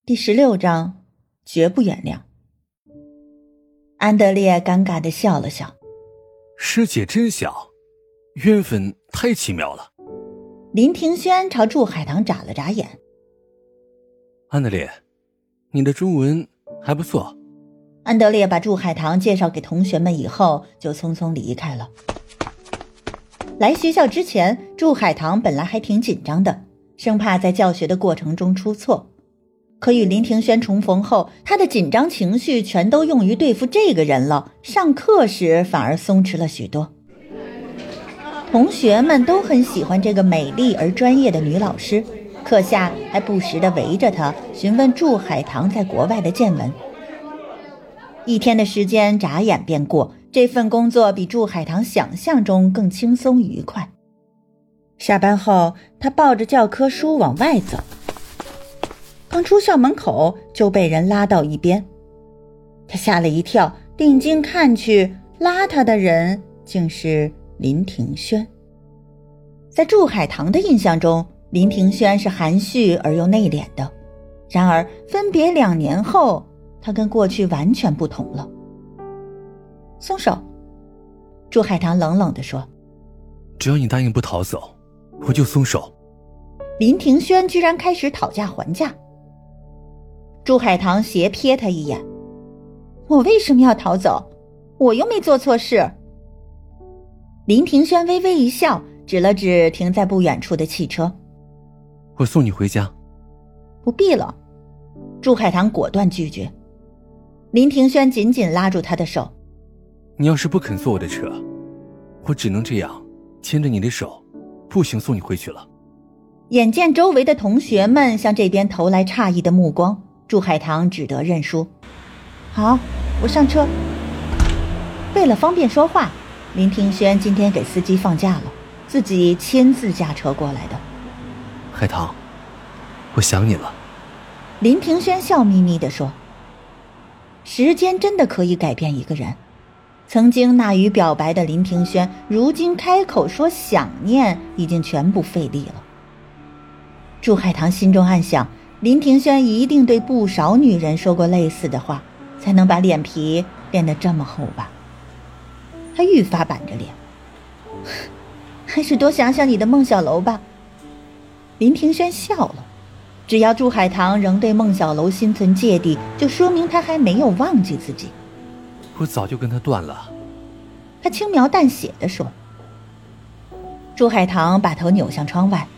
第16章，绝不原谅。安德烈尴尬地笑了笑。 世界真小，缘分太奇妙了。 林庭轩朝祝海棠眨了眨眼。 安德烈，你的中文还不错。 安德烈把祝海棠介绍给同学们以后，就匆匆离开了。来学校之前，祝海棠本来还挺紧张的，生怕在教学的过程中出错。可与林庭轩重逢后，他的紧张情绪全都用于对付这个人了，上课时反而松弛了许多。同学们都很喜欢这个美丽而专业的女老师，课下还不时地围着她询问祝海棠在国外的见闻。一天的时间眨眼便过，这份工作比祝海棠想象中更轻松愉快。下班后，他抱着教科书往外走，刚出校门口就被人拉到一边。他吓了一跳，定睛看去，拉他的人竟是林庭轩。在祝海棠的印象中，林庭轩是含蓄而又内敛的，然而分别2年后，他跟过去完全不同了。松手，祝海棠冷冷地说， 只要你答应不逃走，我就松手。 林庭轩居然开始讨价还价。祝海棠斜瞥他一眼，我为什么要逃走？我又没做错事。林庭轩微微一笑，指了指停在不远处的汽车， 我送你回家。 不必了。祝海棠果断拒绝。林庭轩紧紧拉住他的手， 你要是不肯坐我的车，我只能这样牵着你的手步行送你回去了。 眼见周围的同学们向这边投来诧异的目光，祝海棠只得认输。好，我上车。为了方便说话，林庭轩今天给司机放假了，自己亲自驾车过来的。 海棠，我想你了。 林庭轩笑眯眯地说，时间真的可以改变一个人。曾经纳于表白的林庭轩，如今开口说想念，已经全部费力了。祝海棠心中暗想，林庭轩一定对不少女人说过类似的话，才能把脸皮变得这么厚吧。他愈发板着脸，还是多想想你的孟小楼吧。林庭轩笑了，只要祝海棠仍对孟小楼心存芥蒂，就说明他还没有忘记自己。 我早就跟他断了。 他轻描淡写地说。祝海棠把头扭向窗外，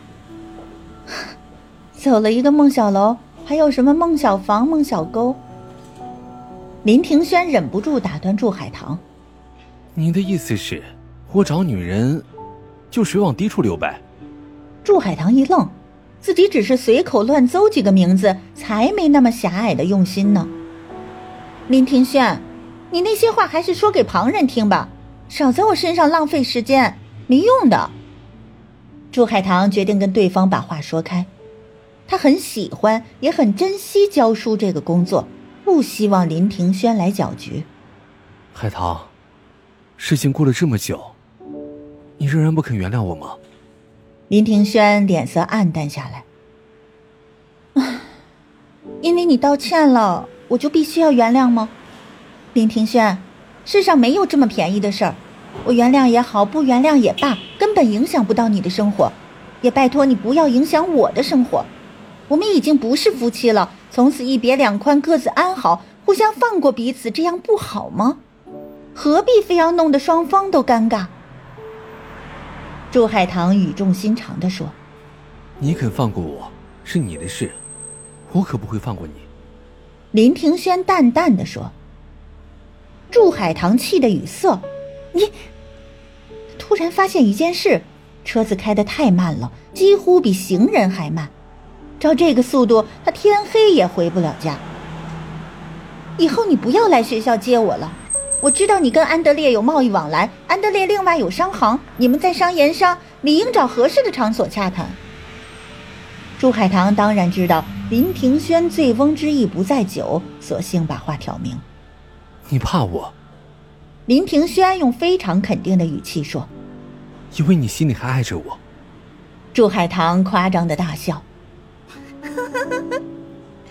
走了一个孟小楼，还有什么孟小房、孟小沟？林庭轩忍不住打断祝海棠， 你的意思是我找女人就水往低处流呗？ 祝海棠一愣，自己只是随口乱诌几个名字，才没那么狭隘的用心呢。林庭轩，你那些话还是说给旁人听吧，少在我身上浪费时间，没用的。祝海棠决定跟对方把话说开，他很喜欢也很珍惜教书这个工作，不希望林庭轩来搅局。 海棠，事情过了这么久，你仍然不肯原谅我吗？ 林庭轩脸色暗淡下来。因为你道歉了，我就必须要原谅吗？林庭轩，世上没有这么便宜的事儿，我原谅也好，不原谅也罢，根本影响不到你的生活，也拜托你不要影响我的生活。我们已经不是夫妻了，从此一别两宽，各自安好，互相放过彼此，这样不好吗？何必非要弄得双方都尴尬？祝海棠语重心长地说， 你肯放过我是你的事，我可不会放过你。 林庭轩淡淡地说。祝海棠气得语塞，你突然发现一件事，车子开得太慢了，几乎比行人还慢，照这个速度，他天黑也回不了家。以后你不要来学校接我了，我知道你跟安德烈有贸易往来，安德烈另外有商行，你们在商言商，理应找合适的场所洽谈。祝海棠当然知道林庭轩醉翁之意不在酒，索性把话挑明。 你怕我？ 林庭轩用非常肯定的语气说， 因为你心里还爱着我。 祝海棠夸张的大笑，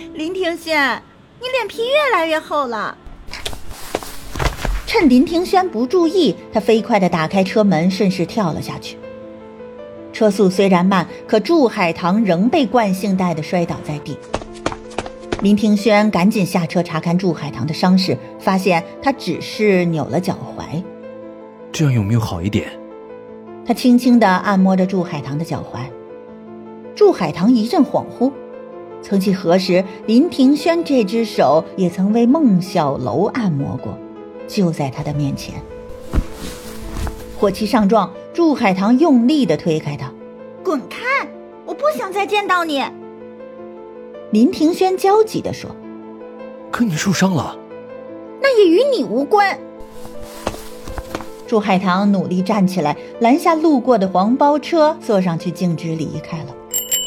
林庭轩，你脸皮越来越厚了。趁林庭轩不注意，他飞快地打开车门，顺势跳了下去。车速虽然慢，可祝海棠仍被惯性带地摔倒在地。林庭轩赶紧下车查看祝海棠的伤势，发现他只是扭了脚踝。 这样有没有好一点？ 他轻轻地按摩着祝海棠的脚踝。祝海棠一阵恍惚，曾几何时，林庭轩这只手也曾为孟小楼按摩过，就在他的面前。火气上撞，祝海棠用力地推开他。滚开，我不想再见到你。林庭轩焦急地说。 可你受伤了。 那也与你无关。祝海棠努力站起来，拦下路过的黄包车，坐上去径直离开了。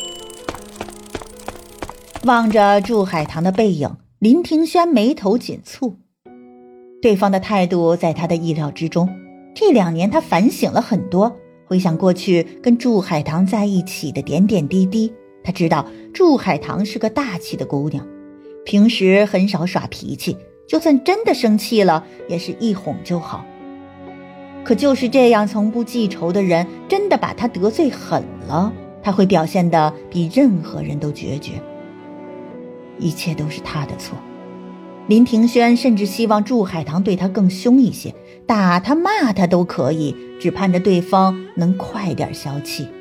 望着祝海棠的背影，林庭轩眉头紧蹙。对方的态度在他的意料之中。这2年他反省了很多，回想过去跟祝海棠在一起的点点滴滴，他知道祝海棠是个大气的姑娘，平时很少耍脾气，就算真的生气了，也是一哄就好。可就是这样从不记仇的人，真的把他得罪狠了，他会表现得比任何人都决绝。一切都是他的错。林庭轩甚至希望祝海棠对他更凶一些，打他骂他都可以，只盼着对方能快点消气。